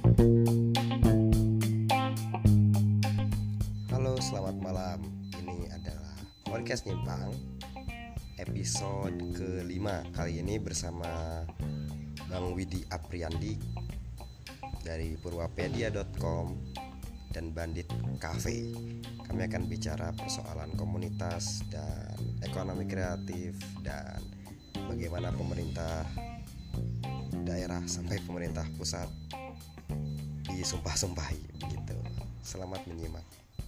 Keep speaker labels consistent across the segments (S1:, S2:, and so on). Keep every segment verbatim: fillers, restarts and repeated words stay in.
S1: Halo, selamat malam. Ini adalah podcast Nyimpang episode kelima. Kali ini bersama Bang Widi Apriandi dari purwapedia dot com dan Bandit Cafe. Kami akan bicara persoalan komunitas dan ekonomi kreatif dan bagaimana pemerintah daerah sampai pemerintah pusat disumpah-sumpahi begitu. Selamat menyimak.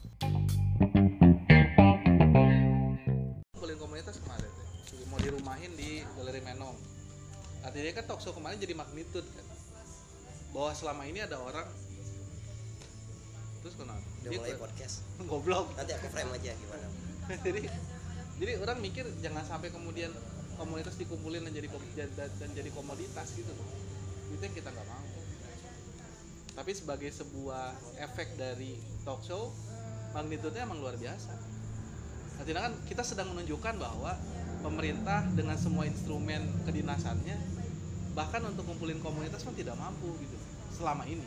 S2: Kumpulin komunitas kemarin mau dirumahin di Galeri Menong. Artinya kan talkshow kemarin jadi magnitude kan, bahwa selama ini ada orang terus kenapa
S1: Udah
S2: dia
S1: mulai
S2: ke-
S1: podcast.
S2: goblok.
S1: Nanti aku frame aja gimana.
S2: jadi jadi orang mikir jangan sampai kemudian komunitas dikumpulin dan jadi dan, dan jadi komoditas gitu loh. Itu yang kita nggak mau. Tapi sebagai sebuah efek dari talk show, magnitude-nya emang luar biasa. Artinya kan kita sedang menunjukkan bahwa pemerintah dengan semua instrumen kedinasannya, bahkan untuk kumpulin komunitas pun tidak mampu gitu selama ini.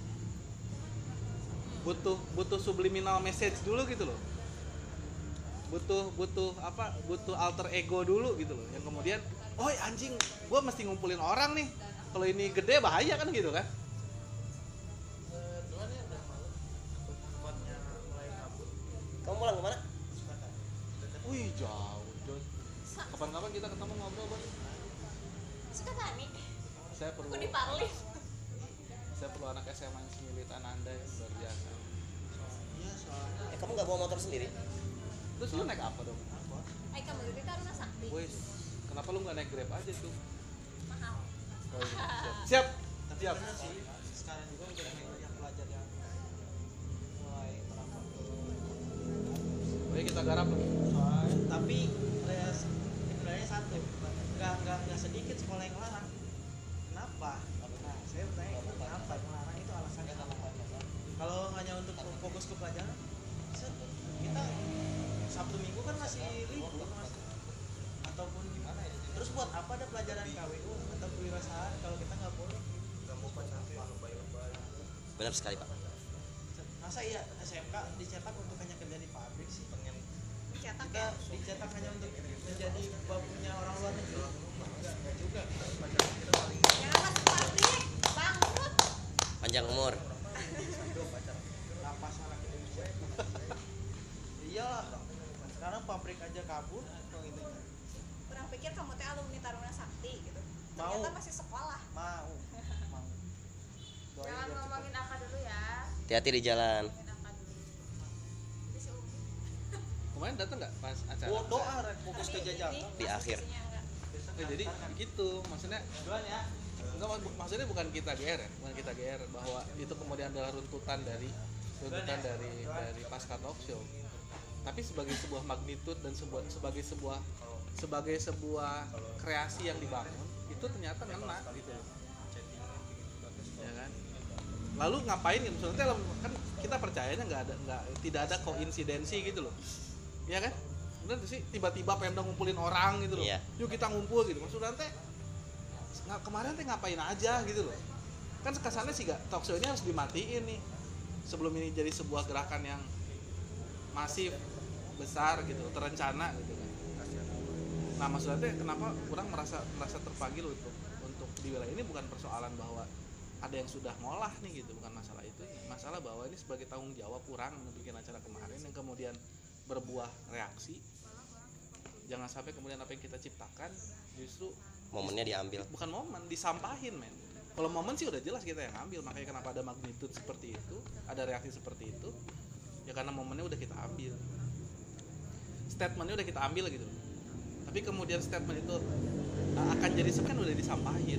S2: Butuh butuh subliminal message dulu gitu loh. Butuh butuh apa? Butuh alter ego dulu gitu loh. Yang kemudian, oh anjing, gue mesti ngumpulin orang nih. Kalau ini gede bahaya kan gitu kan?
S1: Kamu pulang kemana?
S2: Wih jauh, jauh. Kapan-kapan kita ketemu ngobrol bang?
S3: Suka tani,
S2: Saya perlu,
S3: aku diparlin.
S2: saya perlu anak S M A yang semilitan Anda yang luar biasa.
S1: Eh, kamu nggak bawa motor sendiri?
S2: Terus lu naik apa dong?
S3: Ay, kamu itu Taruna Sakti.
S2: Wih, kenapa lu nggak naik Grab aja tuh?
S3: Mahal.
S2: Oh, iya. Siap, siap.
S4: Bener sih, sekarang juga udah banyak pelajar yang mulai merambah ke
S2: Oke kita garap loh.
S4: soal, tapi ya, sebenarnya satu, nggak nggak nggak sedikit sekolah yang larang. Kenapa? Nah, saya bertanya kenapa yang larang itu alasannya apa? Kalau hanya untuk fokus ke pelajaran, set, kita Sabtu Minggu kan masih libur mas, ataupun gimana ya? Terus buat apa ada pelajaran K W U atau kewirausahaan kalau kita nggak boleh? Nggak mau pacaran, lebay-lebay.
S1: Benar sekali Pak.
S4: Masa iya S M K dicetak untuk hanya kerja di pabrik sih? Pengen
S3: Dicetak
S4: kita
S3: ya.
S4: dicetak hanya untuk menjadi babunya orang luar negeri? Enggak, enggak juga.
S3: Jangan masuk pabrik, bangkrut.
S1: Panjang umur.
S4: Lapas anak Indonesia. Iyalah. Sekarang pabrik aja kabur atau gitu.
S3: Orang pikir kamu teh alumni Taruna Sakti gitu.
S4: Mau.
S3: Ternyata masih sekolah.
S4: Mau. Mau. Doain
S3: Jangan
S4: biar
S3: ngomongin angka dulu ya.
S1: Hati-hati di jalan.
S3: Ngomongin angka dulu. Bisa umi.
S2: Kemarin datang nggak pas
S4: cepet.
S2: acara?
S4: Oh, doa rek fokus ke
S3: Tapi
S4: jajang.
S3: ini
S1: Di
S3: masih
S1: akhir.
S3: isinya enggak.
S2: Eh, jadi gitu, maksudnya
S4: Duluan ya.
S2: enggak, mak- maksudnya bukan kita G R ya, bukan kita G R bahwa itu kemudian adalah runtutan dari runtutan dari dari pasca talk show. Tapi sebagai sebuah magnitude dan sebuah sebagai sebuah sebagai sebuah kreasi yang dibangun itu ternyata ngena gitu loh. Ya kan? Lalu ngapain gitu? Maksudnya kan kita percayanya nggak ada nggak tidak ada koinsidensi gitu loh. Iya kan? Bener tuh sih, tiba-tiba Pemda ngumpulin orang gitu loh.
S1: Iya.
S2: Yuk kita ngumpul gitu. Maksudnya teh nggak kemarin teh ngapain aja gitu loh. Kan kesannya sih gak talk show ini harus dimatiin nih sebelum ini jadi sebuah gerakan yang masif, besar gitu, terencana gitu kan. Nah maksudnya teh kenapa kurang merasa merasa terpanggil untuk untuk di wilayah ini bukan persoalan bahwa ada yang sudah ngolah nih gitu, bukan masalah itu. Masalah bahwa ini sebagai tanggung jawab kurang bikin acara kemarin yang kemudian berbuah reaksi. Jangan sampai kemudian apa yang kita ciptakan justru
S1: Momennya diambil.
S2: bukan momen, disampahin men. Kalau momen sih udah jelas kita yang ambil, makanya kenapa ada magnitude seperti itu, ada reaksi seperti itu, ya karena momennya udah kita ambil, statementnya udah kita ambil gitu. Tapi kemudian statement itu uh, akan jadi sebenarnya udah disampahin.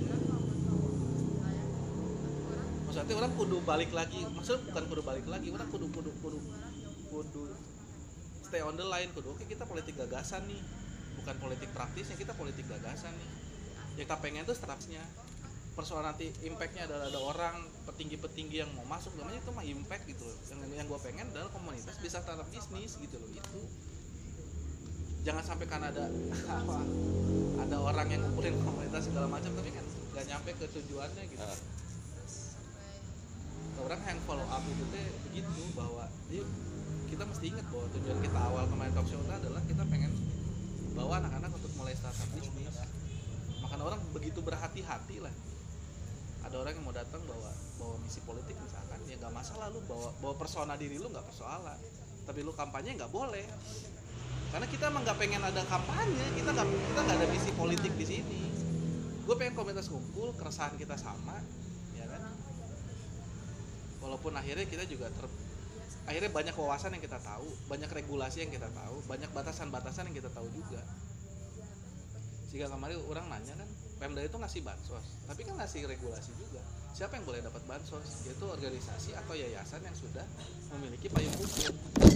S2: Maksudnya orang kudu balik lagi, maksudnya bukan kudu balik lagi, orang kudu kudu kudu kudu stay on the line, kudu oke kita politik gagasan nih, bukan politik praktisnya, kita politik gagasan nih. Yang kita pengen tuh startupnya, persoalan nanti impactnya adalah ada orang petinggi-petinggi yang mau masuk, namanya itu mah impact gitu loh. Yang yang gue pengen adalah komunitas bisa startup bisnis gitu loh, itu jangan sampai kan ada apa ada orang yang ngumpulin komunitas segala macam tapi kan nggak nyampe ke tujuannya gitu.
S1: Uh.
S2: orang yang follow up itu teh begitu bahwa yuk, kita mesti ingat bahwa tujuan kita awal kemarin talk show itu adalah kita pengen bawa anak-anak untuk mulai startup bisnis. Makanya orang begitu berhati-hati lah. Ada orang yang mau datang bawa bawa misi politik misalkan, ya nggak masalah lu bawa bawa persona diri lu nggak persoalan, tapi lu kampanye nggak boleh. Karena kita emang nggak pengen ada kampanye, kita nggak kita nggak ada misi politik di sini. Gue pengen komunitas kumpul, keresahan kita sama, ya kan. Walaupun akhirnya kita juga ter, akhirnya banyak wawasan yang kita tahu, banyak regulasi yang kita tahu, banyak batasan-batasan yang kita tahu juga. Jika kemarin orang nanya kan, Pemda itu ngasih bansos, tapi kan ngasih regulasi juga. Siapa yang boleh dapat bansos? Yaitu organisasi atau yayasan yang sudah memiliki payung hukum,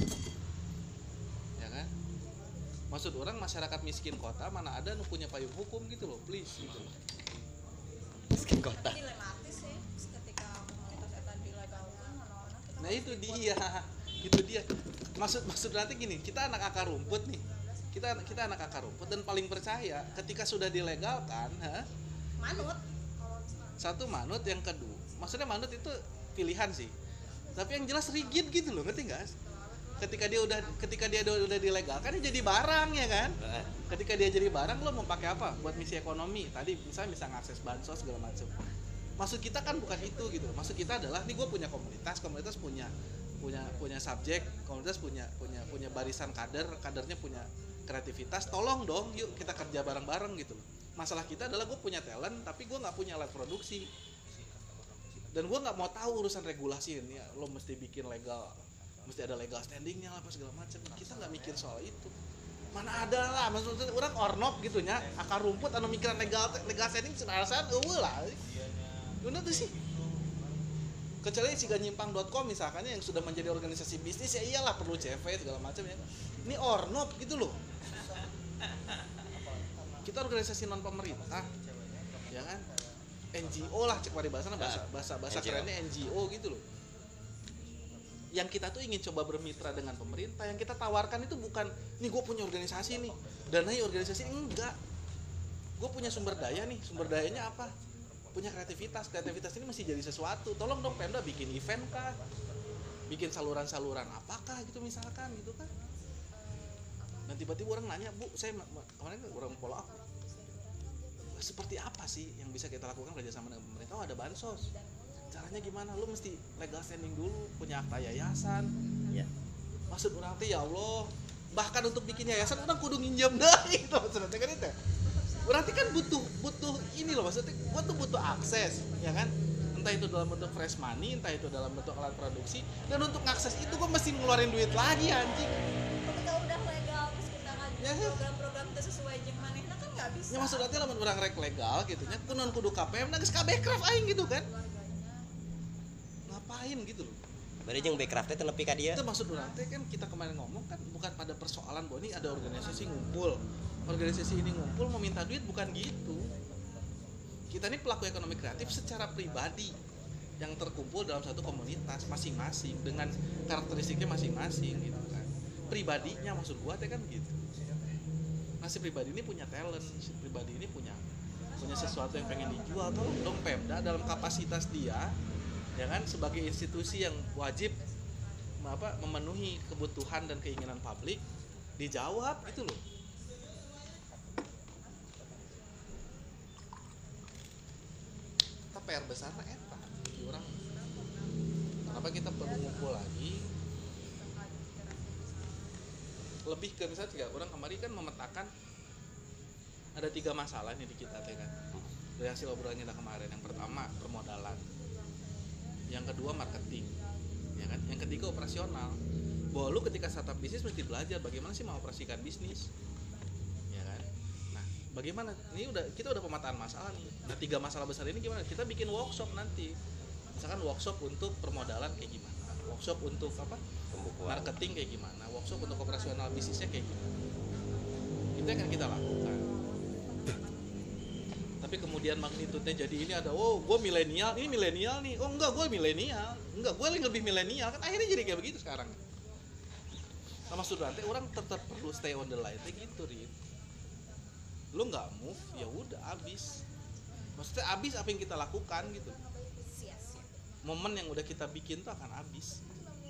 S2: ya kan? Maksud orang masyarakat miskin kota mana ada nu punya payung hukum gitu loh, please gitu loh.
S1: Miskin kota.
S3: Dilematis sih ketika komunitas eta dilegalkan mana-mana kita.
S2: Nah itu dia, itu dia. Maksud maksud nanti gini, kita anak akar rumput nih. Kita kita anak akar rumput dan paling percaya ketika sudah dilegalkan, ha?
S3: Manut.
S2: Satu manut, yang kedua, maksudnya manut itu pilihan sih. Tapi yang jelas rigid gitu loh, ngerti nggak? Ketika dia udah ketika dia udah, udah dilegalkan dia jadi barang ya kan? Ketika dia jadi barang lo mau pakai apa? Buat misi ekonomi. Tadi misalnya bisa ngakses bansos segala macam. Maksud kita kan bukan itu gitu. Maksud kita adalah nih gue punya komunitas, komunitas punya punya punya subjek, komunitas punya punya punya barisan kader, kadernya punya kreativitas, tolong dong yuk kita kerja bareng-bareng gitu loh. Masalah kita adalah gue punya talent tapi gue nggak punya alat produksi dan gue nggak mau tahu urusan regulasi ini ya, lo mesti bikin legal, mesti ada legal standingnya lah apa segala macam. Kita nggak mikir soal itu, mana ada lah maksudnya orang ornop gitu nya akar rumput anu mikiran legal legal standing senasan eueuh lah bener tuh sih. Kecuali si ganyimpang dot com misalkan yang sudah menjadi organisasi bisnis ya iyalah perlu C V segala macam ya. Ini ornop gitu loh. Kita organisasi non pemerintah, ya kan? N G O lah cek pada bahasa bahasa bahasa bahasa kerennya N G O gitu loh. Yang kita tuh ingin coba bermitra dengan pemerintah, yang kita tawarkan itu bukan nih gue punya organisasi nih, danai organisasi enggak. Gue punya sumber daya nih, sumber dayanya apa? Punya kreativitas, kreativitas ini mesti jadi sesuatu. Tolong dong Pemda bikin event kah? Bikin saluran-saluran apakah gitu misalkan gitu kan. Dan tiba-tiba orang nanya, Bu, saya kemarin orang follow up. Seperti apa sih yang bisa kita lakukan kerjasama dengan pemerintah? Oh ada bansos. Caranya gimana? Lu mesti legal standing dulu, punya akta yayasan.
S1: Ya.
S2: Maksud orang teh ya Allah, bahkan untuk bikin yayasan orang kudu nginjem deh gitu maksudnya kan itu. Berarti kan butuh butuh ini loh maksudnya, gua tuh butuh akses, ya kan? Entah itu dalam bentuk fresh money, entah itu dalam bentuk alat produksi, dan untuk akses itu gua mesti ngeluarin duit lagi anjing.
S3: Ketika udah legal terus kita ngajuin
S2: Ya,
S3: program-program itu sesuai jeung manehna kan nggak bisa.
S2: Ya maksudnya lamun urang rek legal gitu nya, kunon kudu K P M geus kabeh craft aing gitu kan. Ngapain gitu loh.
S1: Bari jeung backcraft teh nepi ka dia.
S2: Itu maksud urang teh kan kita kemarin ngomong kan bukan pada persoalan bahwa ini ada organisasi ngumpul. Organisasi ini ngumpul mau minta duit, bukan gitu. Kita ini pelaku ekonomi kreatif secara pribadi yang terkumpul dalam satu komunitas masing-masing dengan karakteristiknya masing-masing gitu kan. Pribadinya maksud gua teh kan gitu. Nah si pribadi ini punya talent, si pribadi ini punya punya sesuatu yang pengen dijual. Tolong dong Pemda dalam kapasitas dia, ya kan, sebagai institusi yang wajib apa memenuhi kebutuhan dan keinginan publik dijawab gitu loh. P R besarnya eta di orang. Kenapa kita perlu ngumpul lagi? Lebih ke misalnya tiga orang kemarin kan memetakan ada tiga masalah nih di kita teh kan. Dari hasil obrolan kita kemarin, yang pertama permodalan, yang kedua marketing, ya kan? Yang ketiga operasional. Bahwa lu ketika startup bisnis mesti belajar bagaimana sih mengoperasikan bisnis. Bagaimana? Ini udah kita udah pemetaan masalah nih. Nah, tiga masalah besar ini gimana? Kita bikin workshop nanti. Misalkan workshop untuk permodalan kayak gimana? Workshop untuk apa?
S1: Pembukuan.
S2: Marketing kayak gimana? Workshop untuk operasional bisnisnya kayak gimana? Itu yang akan kita lakukan. Tapi kemudian magnitudenya jadi ini ada, oh gue milenial, ini milenial nih. Oh enggak, gue milenial. Enggak, gue yang lebih milenial. Kan akhirnya jadi kayak begitu sekarang. Sama sudah nanti orang tetap perlu stay on the line kayak gitu, Rin. Lu nggak move ya udah abis, maksudnya abis apa yang kita lakukan gitu.
S3: Sia-sia.
S2: momen yang udah kita bikin tuh akan habis.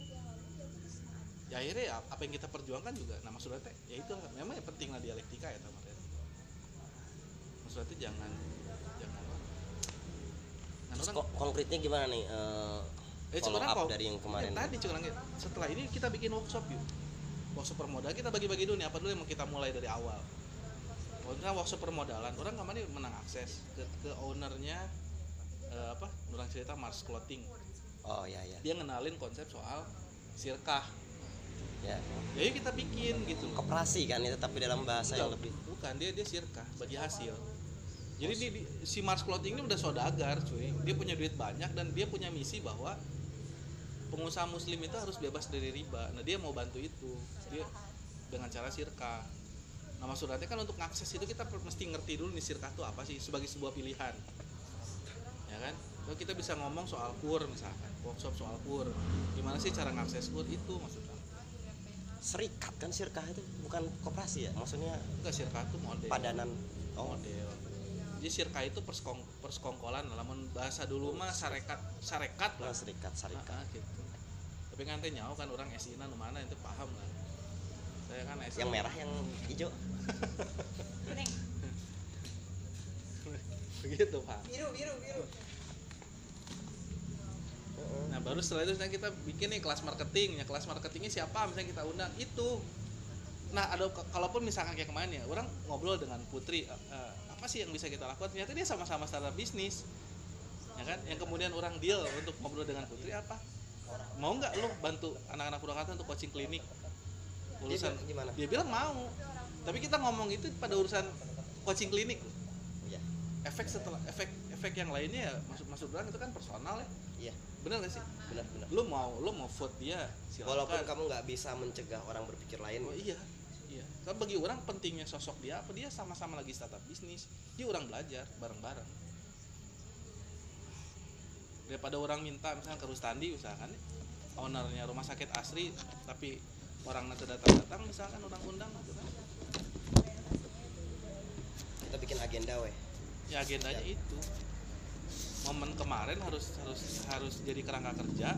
S2: Ya akhirnya ya apa yang kita perjuangkan juga. Nah maksudnya teh ya itu memang yang penting lah dialektika ya teman. Maksudnya teh jangan jangan. Nah,
S1: Terus
S2: orang,
S1: ko- konkretnya gimana nih eh,
S2: eh,
S1: follow
S2: sekarang
S1: up
S2: kok-
S1: dari yang kemarin?
S2: ya, tadi cuman setelah ini kita bikin workshop yuk. Workshop permodalan kita bagi-bagi dulu nih apa dulu yang mau kita mulai dari awal. Kalau workshop permodalan orang kemarin menang akses ke, ke ownernya eh, apa? Orang cerita Mars Clothing.
S1: Oh ya ya.
S2: Dia ngenalin konsep soal sirkah.
S1: Ya.
S2: Jadi kita bikin gitu loh.
S1: Koperasi kan itu tapi dalam bahasa yang
S2: Enggak,
S1: lebih.
S2: bukan dia dia sirkah bagi hasil. Jadi di, di- si Mars Clothing ini udah saudagar cuy. Dia punya duit banyak dan dia punya misi bahwa pengusaha muslim itu harus bebas dari riba. Nah dia mau bantu itu dia dengan cara sirkah. Nah maksudnya kan untuk ngakses itu kita per- mesti ngerti dulu nih sirkah itu apa sih sebagai sebuah pilihan. Ya kan? Kalau kita bisa ngomong soal kur misalkan, workshop soal kur. Gimana sih cara ngakses kur itu maksudnya?
S1: Serikat kan sirkah itu bukan koperasi ya? Maksudnya
S2: Enggak sirkah itu model.
S1: padanan. Oh,
S2: Model. Jadi sirkah itu persekong, persekongkolan namun bahasa dulu mah sarekat sarekat
S1: nah,
S2: lah.
S1: serikat serikat.
S2: Ah, ah, gitu. Tapi kan teh nyaho kan orang S I N A nu mana itu paham kan. Saya kan S I N A.
S1: Yang merah yang hijau.
S3: Kuning.
S2: Begitu, Pak.
S3: Biru, biru, biru.
S2: Nah, baru setelah itu kita bikin nih kelas marketing. Ya, kelas marketingnya siapa misalnya kita undang itu. Nah, ada kalaupun misalkan kayak kemarin ya, orang ngobrol dengan Putri, uh, uh, apa sih yang bisa kita lakukan? Ternyata dia sama-sama startup bisnis. Ya kan? Yang kemudian orang deal untuk ngobrol dengan Putri apa? Mau nggak lo bantu anak-anak Purwakarta untuk coaching klinik? Urusan
S1: Dia gimana?
S2: dia bilang mau. Tapi kita ngomong itu pada urusan coaching klinik.
S1: Iya.
S2: Efek setelah efek efek yang lainnya ya maksud maksud orang itu kan personal ya.
S1: Iya,
S2: Bener gak sih?
S1: benar benar.
S2: Lu mau lu mau vote dia silakan.
S1: Walaupun kamu nggak bisa mencegah orang berpikir lain.
S2: Oh iya. Iya. Kan bagi orang pentingnya sosok dia apa dia sama-sama lagi startup bisnis. Dia orang belajar bareng-bareng. Daripada orang minta misalnya ke Rustandi misalkan ownernya rumah sakit Asri tapi orang nanti datang-datang misalkan orang undang gitu kan.
S1: Kita bikin agenda weh.
S2: Ya agendanya itu. Momen kemarin harus harus harus jadi kerangka kerja.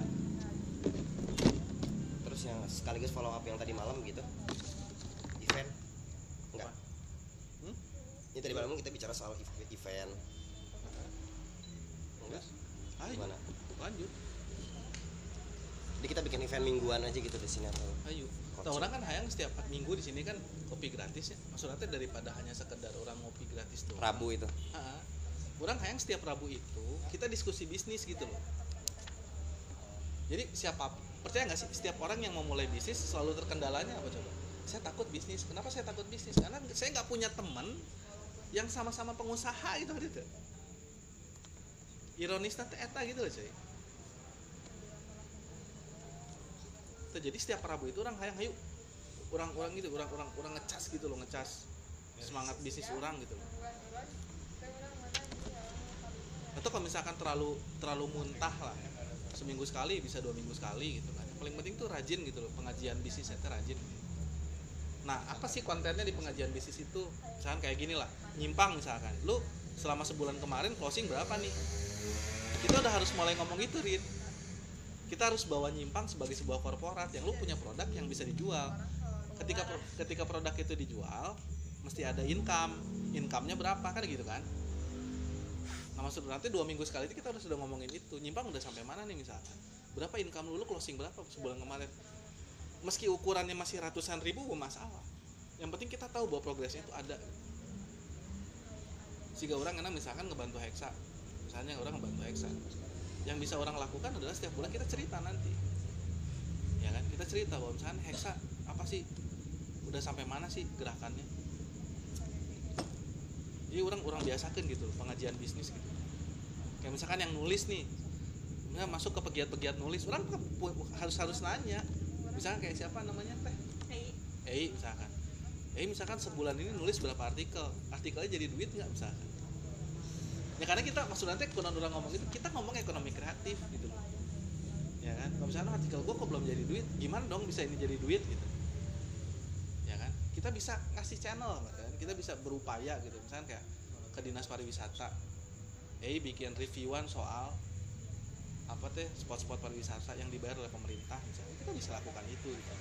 S1: Terus yang sekaligus follow up yang tadi malam gitu. Event. Enggak.
S2: Hmm?
S1: Ini tadi malam kita bicara soal ev- event. Enggak.
S2: Ayo,
S1: Gimana?
S2: lanjut.
S1: Jadi kita bikin event mingguan aja gitu di sini atau
S2: Ayo. Nah, orang kan hayang setiap minggu di sini kan kopi gratis ya. Maksudnya daripada hanya sekedar orang ngopi gratis tuh.
S1: Rabu itu.
S2: Ah, orang hayang setiap Rabu itu kita diskusi bisnis gitu loh. Jadi siapa percaya nggak sih setiap orang yang mau mulai bisnis selalu terkendalanya apa coba? Saya takut bisnis. Kenapa saya takut bisnis? Karena saya nggak punya teman yang sama-sama pengusaha gitu gitu. Ironisnya teh eta gitu loh cuy. Tuh, jadi setiap Rabu itu orang hayang hayu orang-orang gitu, orang-orang orang ngecas gitu loh, ngecas semangat bisnis orang gitu loh. Atau kalau misalkan terlalu terlalu muntah lah, seminggu sekali bisa dua minggu sekali gitu kan. Yang paling penting tuh rajin gitu loh, pengajian bisnis itu rajin. Nah, apa sih kontennya di pengajian bisnis itu? Misalkan kayak gini lah, nyimpang misalkan. Lu selama sebulan kemarin closing berapa nih? Kita udah harus mulai ngomong itu, Rin. Kita harus bawa nyimpang sebagai sebuah korporat yang lu punya produk yang bisa dijual. Ketika ketika produk itu dijual, mesti ada income. Income-nya berapa kan gitu kan? Nah, maksud nanti dua minggu sekali itu kita udah sudah ngomongin itu. Nyimpang udah sampai mana nih misalkan? Berapa income lu, lu closing berapa sebulan kemarin? Meski ukurannya masih ratusan ribu bukan masalah. Yang penting kita tahu bahwa progresnya itu ada. Jika orang enak misalkan ngebantu Hexa, misalnya orang ngebantu Hexa, yang bisa orang lakukan adalah setiap bulan kita cerita nanti, ya kan? Kita cerita bahwa misalkan Hexa apa sih, udah sampai mana sih gerakannya. Jadi orang orang biasakan gitu loh, pengajian bisnis gitu. Kayak misalkan yang nulis nih, nggak masuk ke pegiat-pegiat nulis, orang harus harus nanya. Misalkan kayak siapa namanya teh?
S3: Hei,
S2: Eh misalkan, eh misalkan sebulan ini nulis berapa artikel, artikelnya jadi duit nggak misalkan? Ya karena kita maksud nanti kalau orang ngomong itu kita ngomong ekonomi kreatif gitu loh, ya kan? Kalau misalkan artikel gue kok belum jadi duit, gimana dong bisa ini jadi duit gitu? Ya kan? Kita bisa ngasih channel, kan? Kita bisa berupaya gitu, misalkan kayak ke dinas pariwisata, eh bikin reviewan soal apa teh spot-spot pariwisata yang dibayar oleh pemerintah misalnya, kita bisa lakukan itu gitu.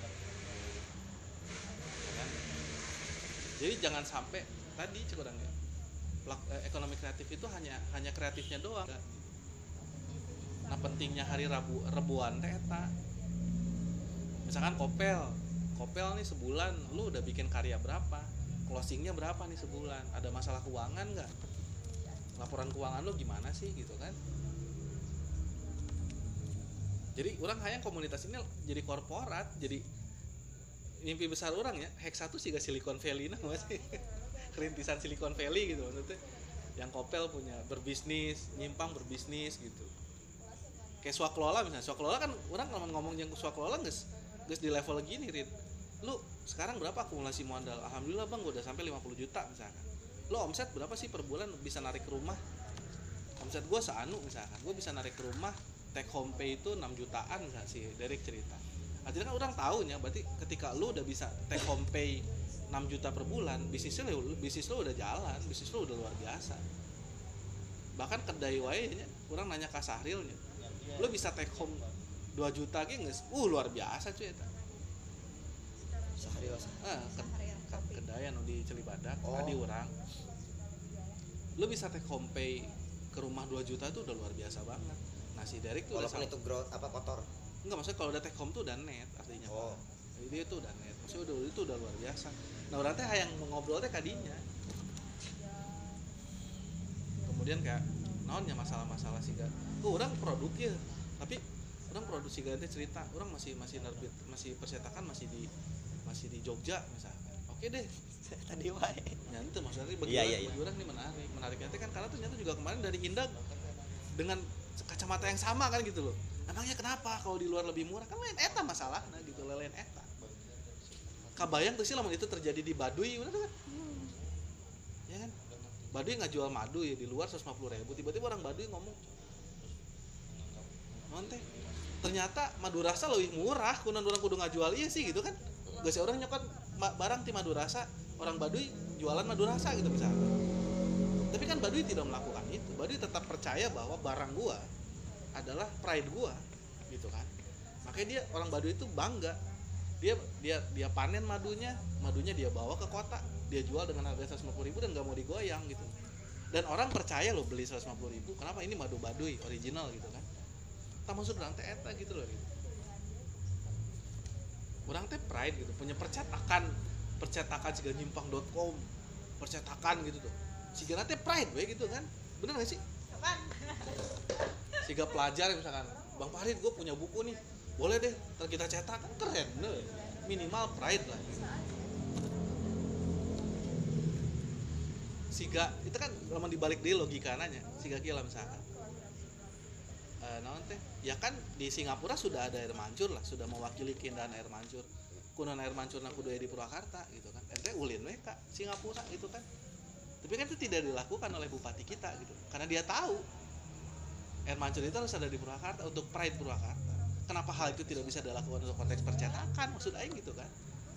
S2: Ya kan? Jadi jangan sampai tadi cekurang ya ekonomi kreatif itu hanya hanya kreatifnya doang. Nah pentingnya hari Rabu rebuan teh eta. Misalkan Kopel, Kopel nih sebulan lu udah bikin karya berapa? Closingnya berapa nih sebulan? Ada masalah keuangan nggak? Laporan keuangan lu gimana sih gitu kan? Jadi orang hayang komunitas ini jadi korporat, jadi mimpi besar orang ya. Hexa tuh sih Silicon Valley nah masih kerintisan Silicon Valley gitu maksudnya. Yang Kopel punya berbisnis, nyimpang berbisnis gitu. Kayak swakelola misalnya, swakelola kan orang ngomong-ngomong yang swakelola guys, guys di level gini Rit. Lu sekarang berapa akumulasi modal? Alhamdulillah bang, gue udah sampai lima puluh juta misalkan. Lu omset berapa sih per bulan bisa narik ke rumah? Omset gue seanu misalkan, gue bisa narik ke rumah take home pay itu enam jutaan misalnya si Derek cerita. Artinya kan orang tahunya, berarti ketika lu udah bisa take home pay enam juta per bulan, bisnis lu bisnis lu udah jalan, bisnis lu udah luar biasa. Bahkan kedai wae nya, orang nanya ke Sahrilnya, lu bisa take home dua juta ge geus, uh luar biasa cuy eta.
S1: Sahril.
S2: Ah, ke, ke, kedai anu di Celibadak,
S1: Oh.
S2: di urang. Lu bisa take home pay ke rumah dua juta itu udah luar biasa banget. Nah, si Derek tuh
S1: Walaupun
S2: udah
S1: itu growth apa kotor.
S2: enggak, maksudnya kalau udah take home tuh udah net artinya.
S1: Oh.
S2: Jadi itu udah net. Maksudnya udah itu udah luar biasa. Nah, orang teh hayang ngobrol teh kadinya. Kemudian kayak naonnya masalah-masalah sih kan. Oh, orang produk ya. Tapi orang produksi ganti cerita, orang masih masih nerbit, masih percetakan masih di masih di Jogja misalkan. Oke deh.
S1: Tadi wae.
S2: Nyantu maksudnya bagi
S1: Iya,
S2: orang,
S1: iya, iya.
S2: bagi orang ini menarik. Menariknya teh kan karena ternyata juga kemarin dari Indah dengan kacamata yang sama kan gitu loh. Emangnya kenapa kalau di luar lebih murah? Kan lain eta masalahnya gitu, lain eta. Kabayang tuh sih lamun itu terjadi di Baduy, udah kan? Ya kan? Baduy nggak jual madu ya di luar seratus lima puluh ribu, tiba-tiba orang Baduy ngomong, non teh, ternyata madu rasa lebih murah, kunan orang kudu nggak jual iya sih gitu kan? Gak sih orang nyokot barang ti madu rasa, orang Baduy jualan madu rasa gitu misalnya. Tapi kan Baduy tidak melakukan itu. Baduy tetap percaya bahwa barang gua adalah pride gua, gitu kan. Makanya dia orang Baduy itu bangga. Dia dia dia panen madunya, madunya dia bawa ke kota, dia jual dengan harga seratus lima puluh ribu dan nggak mau digoyang gitu. Dan orang percaya loh beli seratus lima puluh ribu, kenapa ini madu Baduy original gitu kan. Tak maksud orang teh eta gitu loh gitu. Orang teh pride gitu, punya percetakan, percetakan siga nyimpang dot com, percetakan gitu tuh. Siga teh pride we gitu kan. Bener gak sih?
S3: Kapan?
S2: Siga pelajar misalkan, Bang Farid gue punya buku nih, boleh deh ntar kita cetak, kan keren deh. Minimal pride lah gitu. Siga itu kan lama dibalik deh logika nanya, siga kira misalkan e, naon teh ya kan di Singapura sudah ada air mancur lah, sudah mewakili keindahan air mancur, kuno air mancur naku di Purwakarta gitu kan, ente ulin we ka Singapura gitu kan. Tapi kan itu tidak dilakukan oleh bupati kita gitu, karena dia tahu air mancur itu harus ada di Purwakarta untuk pride Purwakarta. Kenapa hal itu tidak bisa dilakukan untuk konteks percetakan, maksud aing gitu kan.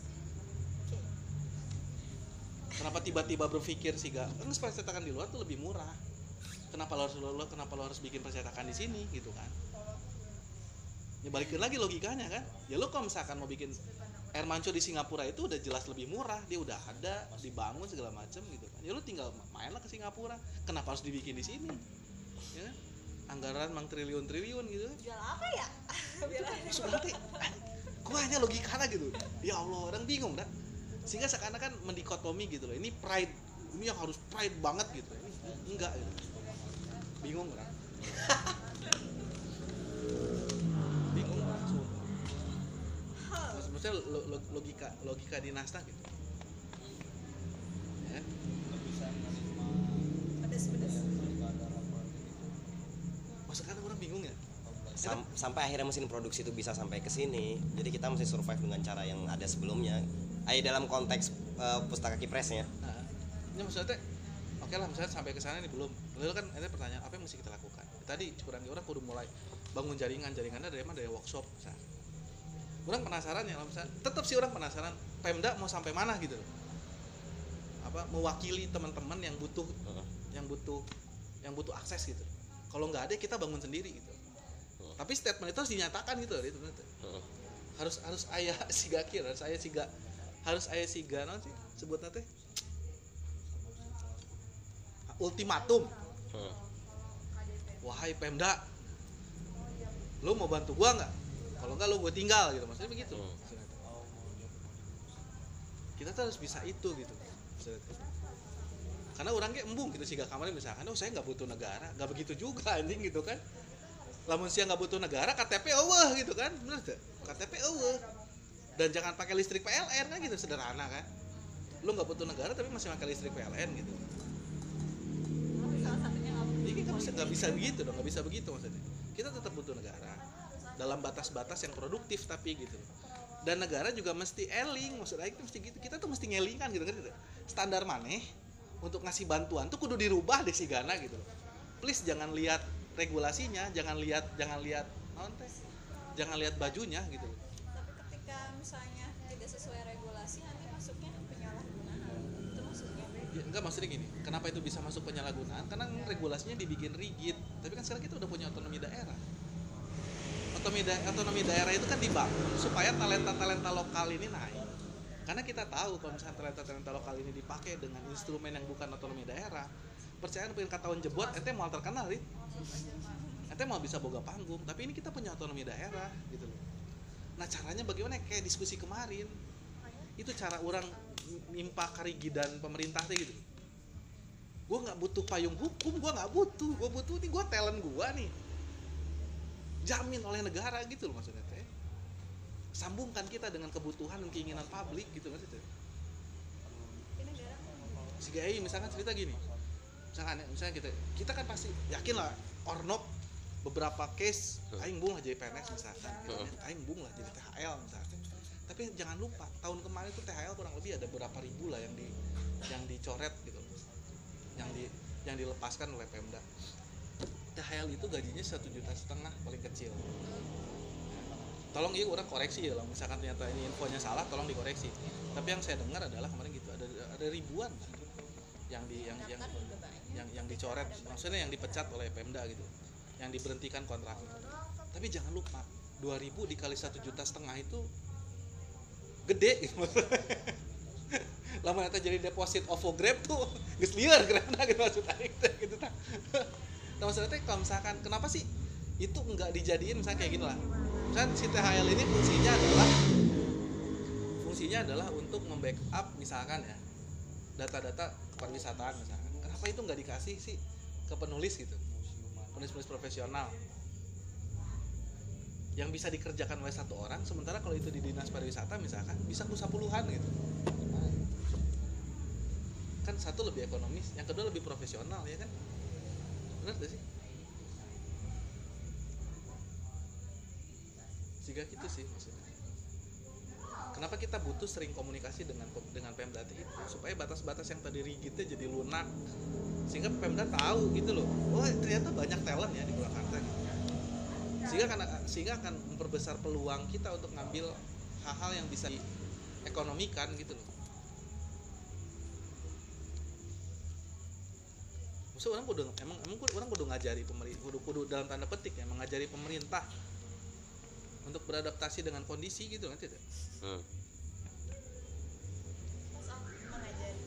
S2: Kenapa tiba-tiba berpikir sih gak, kan percetakan di luar tuh lebih murah. Kenapa lo harus lo kenapa lo harus bikin percetakan di sini gitu kan? Ya balikin lagi logikanya kan. Ya lo kalau misalkan mau bikin air mancur di Singapura itu udah jelas lebih murah, dia udah ada, dibangun segala macam gitu kan. Ya lo tinggal main lah ke Singapura. Kenapa harus dibikin di sini? Ya, anggaran mang triliun-triliun gitu.
S3: Jual apa ya? Biar
S2: Maksud nanti, gua hanya logikanya gitu. Ya Allah, orang bingung dah. Sehingga seakan-akan mendikotomi gitu loh. Ini pride, ini yang harus pride banget gitu. Ini enggak gitu. Bingung kan? Bingung langsung. Maksudnya lo- lo- logika logika dinasta gitu. Ya.
S3: pedes-pedes.
S2: Maksudnya orang bingung ya.
S1: Sam- sampai akhirnya mesin produksi itu bisa sampai ke sini. Jadi kita mesti survive dengan cara yang ada sebelumnya. Ayo dalam konteks uh, pustaka Kipresnya.
S2: Nah, ini maksudnya oke lah misalnya sampai ke sana nih belum. Lalu kan ada pertanyaan apa yang mesti kita lakukan? Tadi kurang orang kudu mulai bangun jaringan, jaringannya dari mana? Dari workshop misalnya. Orang penasaran ya, misalnya tetap sih orang penasaran Pemda mau sampai mana gitu. Apa mewakili teman-teman yang butuh
S1: Uh-huh.
S2: yang butuh yang butuh akses gitu. Kalau nggak ada kita bangun sendiri gitu.
S1: Hmm.
S2: Tapi statement itu harus dinyatakan gitu itu
S1: Hmm.
S2: harus harus aya siga kieu harus aya siga harus aya siga naon sih sebutna teh ultimatum.
S1: Hmm.
S2: Wahai Pemda, lu mau bantu gua nggak? Kalau nggak lu gue tinggal gitu, maksudnya begitu.
S1: Hmm.
S2: Kita tuh harus bisa itu gitu. Karena orang kayak embung gitu sih gak kamarnya misalkan, oh saya nggak butuh negara, nggak begitu juga anjing gitu kan. Lamun sia nggak butuh negara, K T P eueuh gitu kan, bener tuh? K T P eueuh. Dan jangan pakai listrik P L N kan gitu, sederhana kan. Lu nggak butuh negara tapi masih pakai listrik P L N gitu.
S3: Salah satunya nggak
S2: Jadi kita bisa nggak bisa begitu dong, nggak bisa begitu maksudnya. Kita tetap butuh negara dalam batas-batas yang produktif tapi gitu. Dan negara juga mesti eling, maksudnya itu mesti gitu. Kita tuh mesti ngelingkan gitu kan gitu. Standar maneh untuk ngasih bantuan tuh kudu dirubah deh si Gana gitu loh. Please jangan lihat regulasinya, jangan lihat jangan lihat naon teh. Jangan lihat bajunya gitu loh.
S3: Tapi ketika misalnya tidak sesuai regulasi nanti masuknya penyalahgunaan. Itu maksudnya.
S2: Ya, enggak maksudnya gini, kenapa itu bisa masuk penyalahgunaan? Karena regulasinya dibikin rigid. Tapi kan sekarang kita udah punya otonomi daerah. Otonomi, da- otonomi daerah itu kan dibangun supaya talenta-talenta lokal ini naik. Karena kita tahu kalau misalnya talenta-talenta lokal ini dipakai dengan instrumen yang bukan otonomi daerah, percaya pengen kataun jebot, ente mau terkenal, rit. Ente mau bisa boga panggung, tapi ini kita punya otonomi daerah gitu loh. Nah caranya bagaimana? Kayak diskusi kemarin, itu cara orang nimpa karigidan pemerintah teh gitu. Gue nggak butuh payung hukum, gue nggak butuh, gue butuh nih gue talent gue nih, jamin oleh negara gitu loh maksudnya teh. Sambungkan kita dengan kebutuhan dan keinginan publik gitu maksudnya.
S3: Di negara
S2: Si Gai misalkan cerita gini, misalkan misalnya kita kita kan pasti yakin lah Ornop beberapa case aing bung lah jadi P N S misalkan, aing bung lah jadi T H L misalkan. Tapi jangan lupa tahun kemarin itu T H L kurang lebih ada berapa ribu lah yang di yang dicoret gitu, yang di yang dilepaskan oleh Pemda. T H L itu gajinya satu juta setengah paling kecil. Tolong iya orang koreksi ya, lah misalkan ternyata ini infonya salah, tolong dikoreksi. Tapi yang saya dengar adalah kemarin gitu ada ada ribuan yang di yang yang yang yang dicoret, maksudnya yang dipecat oleh Pemda gitu, yang diberhentikan kontraknya. Tapi jangan lupa dua ribu dikali satu juta setengah itu gede gitu. Lama nanti jadi deposit OVO Grab tuh geus lieur Grabna gitu maksudnya gitu tah. Nah maksudnya kalau misalkan kenapa sih itu enggak dijadiin misalnya kayak gini lah. Misalnya si T H L ini fungsinya adalah fungsinya adalah untuk membackup misalkan ya data-data pariwisataan misalkan. Kenapa itu nggak dikasih sih ke penulis gitu, penulis-penulis profesional yang bisa dikerjakan oleh satu orang, sementara kalau itu di dinas pariwisata misalkan bisa kusa puluhan gitu. Kan satu lebih ekonomis, yang kedua lebih profesional ya kan, benar gak sih? Jika gitu sih maksudnya. Kenapa kita butuh sering komunikasi dengan dengan Pemda itu supaya batas-batas yang tadi rigidnya jadi lunak, sehingga Pemda tahu gitu loh, oh ternyata banyak talent ya di Purwakarta gitu. Sehingga akan sehingga akan memperbesar peluang kita untuk ngambil hal-hal yang bisa diekonomikan gitu loh. Maksud orang kudu emang emang orang kudu ngajari pemerintah, kudu kudu dalam tanda petik ya mengajari pemerintah untuk beradaptasi dengan kondisi gitu kan tidak?
S1: Hmm.
S3: mengajari.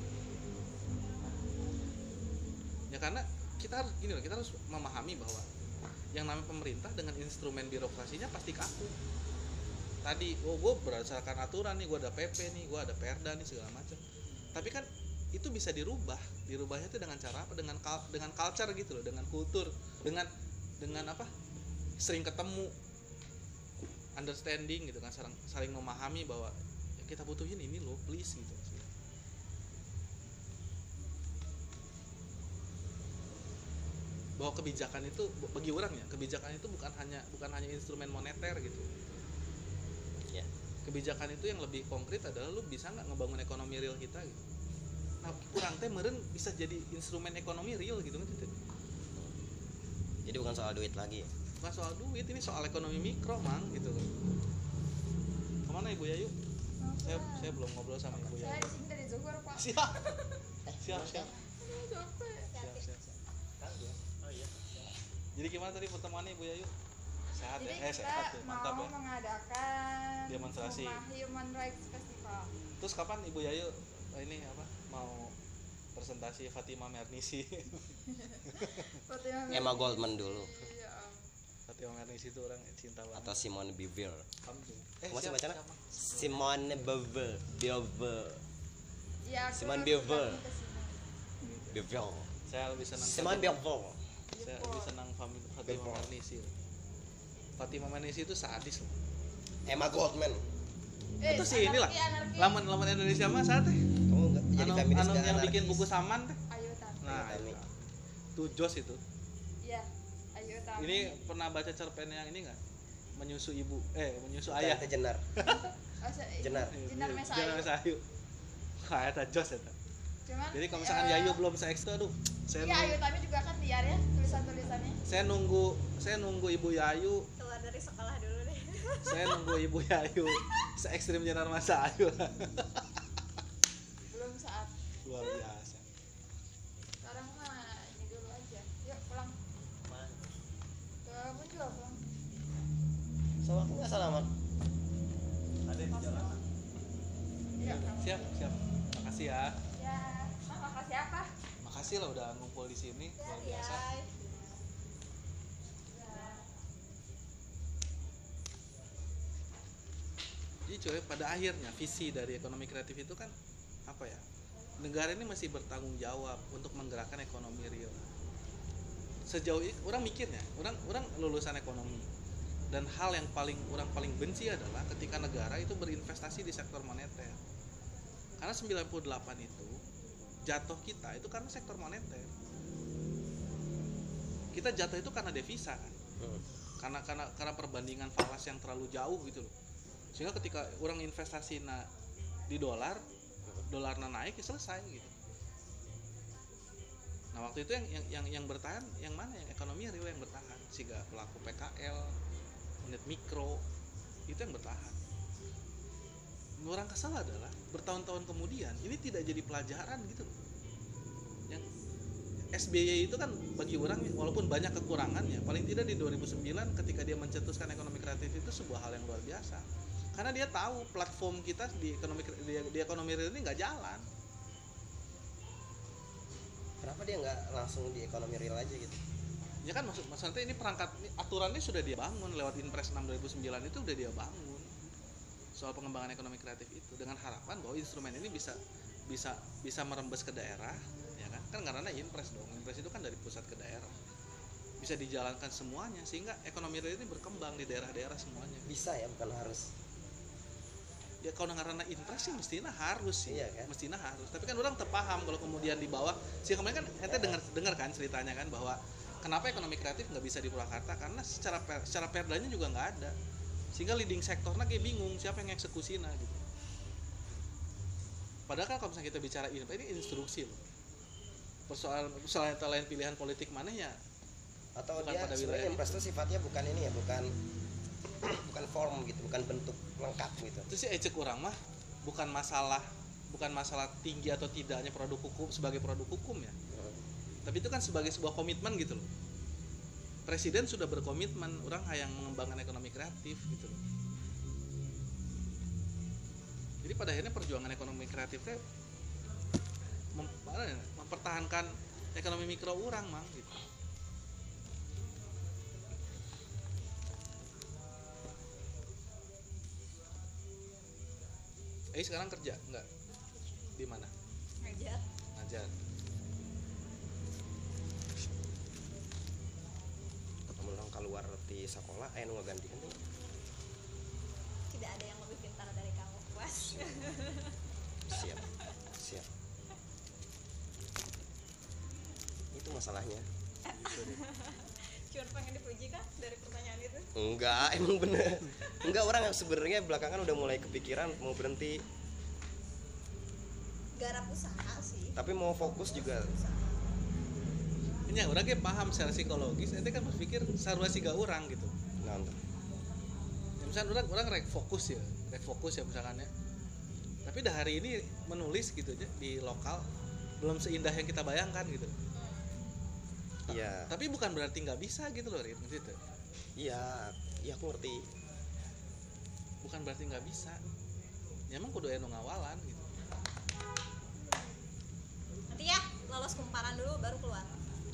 S2: Ya karena kita harus gini loh, kita harus memahami bahwa yang namanya pemerintah dengan instrumen birokrasinya pasti kaku. Tadi, oh gue berdasarkan aturan nih, gue ada P P nih, gue ada Perda nih segala macam. Tapi kan itu bisa dirubah, dirubahnya itu dengan cara apa? Dengan dengan culture gitu loh, dengan kultur, dengan dengan apa? Sering ketemu, understanding gitu kan, saling saling memahami bahwa ya kita butuhin ini loh, please gitu. Bahwa kebijakan itu bagi orang ya, kebijakan itu bukan hanya bukan hanya instrumen moneter gitu.
S1: Ya.
S2: Kebijakan itu yang lebih konkret adalah lu bisa nggak ngebangun ekonomi real kita gitu. Nah, kurang teh meureun bisa jadi instrumen ekonomi real gitu kan gitu.
S1: Jadi bukan soal duit lagi.
S2: Bukan soal duit, ini soal ekonomi mikro mang gitu loh. Kemana Ibu Yayu? Saya saya belum ngobrol sama Ibu
S3: Saya
S2: Yayu.
S3: di sini dari Zuhur, Pak.
S2: Siap. Siap, siap.
S3: Capek.
S2: Siap, siap, siap. Oh iya. Jadi gimana tadi pertemuannya Ibu Yayu? sehat
S5: Jadi
S2: ya eh
S5: kita
S2: sehat ya mantap
S5: mau
S2: ya.
S5: mengadakan
S2: Demonstrasi.
S5: Human- Human Rights Festival.
S2: Terus kapan Ibu Yayu eh, ini apa mau presentasi Fatima Mernisi?
S5: Fatima
S1: Emma
S5: Mernisi.
S1: Goldman dulu
S5: Iya.
S2: Fatima Mernisi itu orang cinta banget.
S1: atau Simone Beauvoir.
S2: Kamu tuh. Eh,
S1: Masih
S2: siap,
S1: bacanya?
S2: siapa?
S1: Simone Beauvoir, Beauvoir,
S5: Iya, aku
S1: Simone
S5: langsung
S1: Beauvoir.
S5: datang ke sini.
S1: Beauvoir.
S2: Saya lebih senang
S1: Simone Beauvoir.
S2: Saya lebih senang Fami- Fatima
S1: Beauvoir.
S2: Mernisi. Fatima Mernisi itu sadis loh.
S1: Emma Goldman.
S5: Eh,
S2: Itu sih inilah.
S5: anarki, anarki.
S2: Laman laman Indonesia mah saat teh.
S1: Kamu nggak jadi
S2: Anu,
S1: feminis
S2: anu
S1: nggak
S2: yang
S1: anarkis?
S2: bikin buku saman teh.
S5: Ayo Tami.
S2: Nah,
S1: Tami.
S2: itu. Tuh Jos itu.
S5: Iya. Ayo Tami.
S2: Ini pernah baca cerpen yang ini enggak? Menyusu ibu, eh menyusu
S1: Bukan,
S2: ayah.
S1: teh Jenar.
S5: Oh, se-
S1: Jenar.
S5: Jenar Mesa
S2: Jenar
S5: Ayu.
S2: Mesa Ayu. Wah, eta Jos eta.
S5: Cuman
S2: Jadi kalau misalkan
S5: eh,
S2: Yayu belum se-X tuh aduh, saya
S5: Iya, Ayu
S2: nunggu,
S5: Tami juga kan liar ya tulisan-tulisannya.
S2: saya nunggu saya nunggu Ibu Yayu,
S3: Keluar dari sekolah dulu deh.
S2: saya nunggu Ibu Yayu se-ekstrim Jenar Masa Ayu.
S5: Belum saat.
S2: Luar biasa.
S5: Sekarang mah ini dulu aja. Yuk pulang. Kamu juga pulang.
S1: Sama aku nggak salaman.
S2: Ada di jalan.
S5: Iya, kamu.
S2: Siap, siap. Makasih ya.
S5: Ya, nah, makasih apa?
S2: Makasih lah udah ngumpul di sini, luar biasa. Jadi coy, pada akhirnya visi dari ekonomi kreatif itu kan apa ya? Negara ini masih bertanggung jawab untuk menggerakkan ekonomi real. Sejauh ini orang mikirnya, orang orang lulusan ekonomi dan hal yang paling orang paling benci adalah ketika negara itu berinvestasi di sektor moneter. Karena sembilan puluh delapan itu jatuh kita itu karena sektor moneter. Kita jatuh itu karena devisa kan.
S1: Hmm.
S2: Karena karena karena perbandingan falas yang terlalu jauh gitu loh. Sehingga ketika orang investasi na, di dolar, dolarnya naik ya selesai gitu. Nah waktu itu yang yang yang, yang bertahan yang mana yang ekonomi real yang bertahan sehingga pelaku P K L, unit mikro itu yang bertahan. Orang kesal adalah bertahun-tahun kemudian ini tidak jadi pelajaran gitu loh. Yang S B Y itu kan bagi orang walaupun banyak kekurangannya, paling tidak di dua ribu sembilan ketika dia mencetuskan ekonomi kreatif itu sebuah hal yang luar biasa. Karena dia tahu platform kita di ekonomi di, di ekonomi real ini nggak jalan.
S1: Kenapa dia nggak langsung di ekonomi real aja gitu?
S2: Ya kan maksud maksudnya ini perangkat ini, aturannya sudah dia bangun lewat Inpres enam dua ribu sembilan itu udah dia bangun. Soal pengembangan ekonomi kreatif itu dengan harapan bahwa instrumen ini bisa bisa bisa merembes ke daerah, ya kan? Kan karena Inpres dong. Inpres itu kan dari pusat ke daerah. Bisa dijalankan semuanya sehingga ekonomi real ini berkembang di daerah-daerah semuanya.
S1: Bisa ya, bukan harus.
S2: Ya kalau karena Inpres sih mestinya harus sih.
S1: Iya kan?
S2: Mestinya harus. Tapi kan orang terpaham kalau kemudian di bawah. Sih kemarin kan ente dengar dengar kan ceritanya kan bahwa kenapa ekonomi kreatif nggak bisa di Purwakarta karena secara per, secara perdanya juga nggak ada. Sehingga leading sektornya kayak bingung siapa yang eksekusinya gitu. Padahal kan kalau misalnya kita bicara ini, ini instruksi loh. Persoalan persoalan lain pilihan politik mana ya?
S1: Atau
S2: Bukan
S1: dia
S2: pada
S1: sebenarnya
S2: wilayah
S1: Inpres itu sifatnya bukan ini ya, bukan bukan form gitu, bukan bentuk lengkap gitu.
S2: Itu sih ecek orang mah bukan masalah bukan masalah tinggi atau tidaknya produk hukum sebagai produk hukum ya.
S1: Hmm.
S2: Tapi itu kan sebagai sebuah komitmen gitu loh. Presiden sudah berkomitmen orang yang mengembangkan ekonomi kreatif gitu loh. Jadi pada akhirnya perjuangan ekonomi kreatifnya mem, mempertahankan ekonomi mikro orang mang gitu. Eh sekarang kerja enggak? Di mana?
S3: Ngajar.
S2: Ngajar.
S1: Ketemu orang keluar di sekolah, eh nu ngagantikan nih.
S3: Tidak ada yang lebih pintar dari kamu, puas.
S1: Siap, siap. Itu masalahnya.
S3: Cuma pengen dipuji kan dari pertanyaan itu?
S1: Enggak, emang bener. Enggak, orang yang sebenarnya belakangan udah mulai kepikiran mau berhenti,
S3: Garap usaha sih.
S1: tapi mau fokus juga.
S2: Ini orang kayak paham secara psikologis, ente kan berpikir sarua siga orang gitu.
S1: Nah, untuk
S2: Ya, misalnya orang orang rek fokus ya, rek fokus ya misalkan ya. Tapi dah hari ini menulis gitu aja di lokal belum seindah yang kita bayangkan gitu.
S1: iya,
S2: Tapi bukan berarti nggak bisa gitu loh, Rin, gitu.
S1: iya. iya aku ngerti.
S2: Bukan berarti nggak bisa. Ya emang kudu anu ngawalan gitu.
S3: Nanti ya lolos kumparan dulu baru keluar.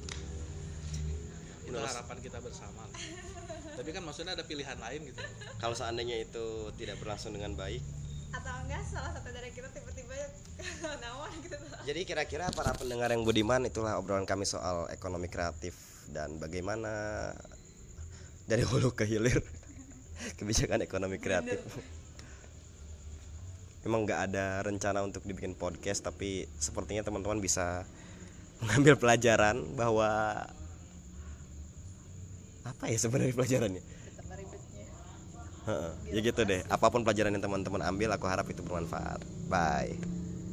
S2: Itu harapan kita bersama. Tapi kan maksudnya ada pilihan lain gitu.
S1: Kalau seandainya itu tidak berlangsung dengan baik,
S3: Atau enggak salah satu dari kita tiba-tiba nawan gitu.
S1: jadi kira-kira para pendengar yang budiman, itulah obrolan kami soal ekonomi kreatif dan bagaimana dari hulu ke hilir kebijakan ekonomi kreatif. Memang nggak ada rencana untuk dibikin podcast, tapi sepertinya teman-teman bisa mengambil pelajaran bahwa apa ya sebenarnya pelajarannya.
S3: Betapa ribetnya.
S1: Heeh, ya gitu deh. Apapun pelajaran yang teman-teman ambil, aku harap itu bermanfaat. Bye.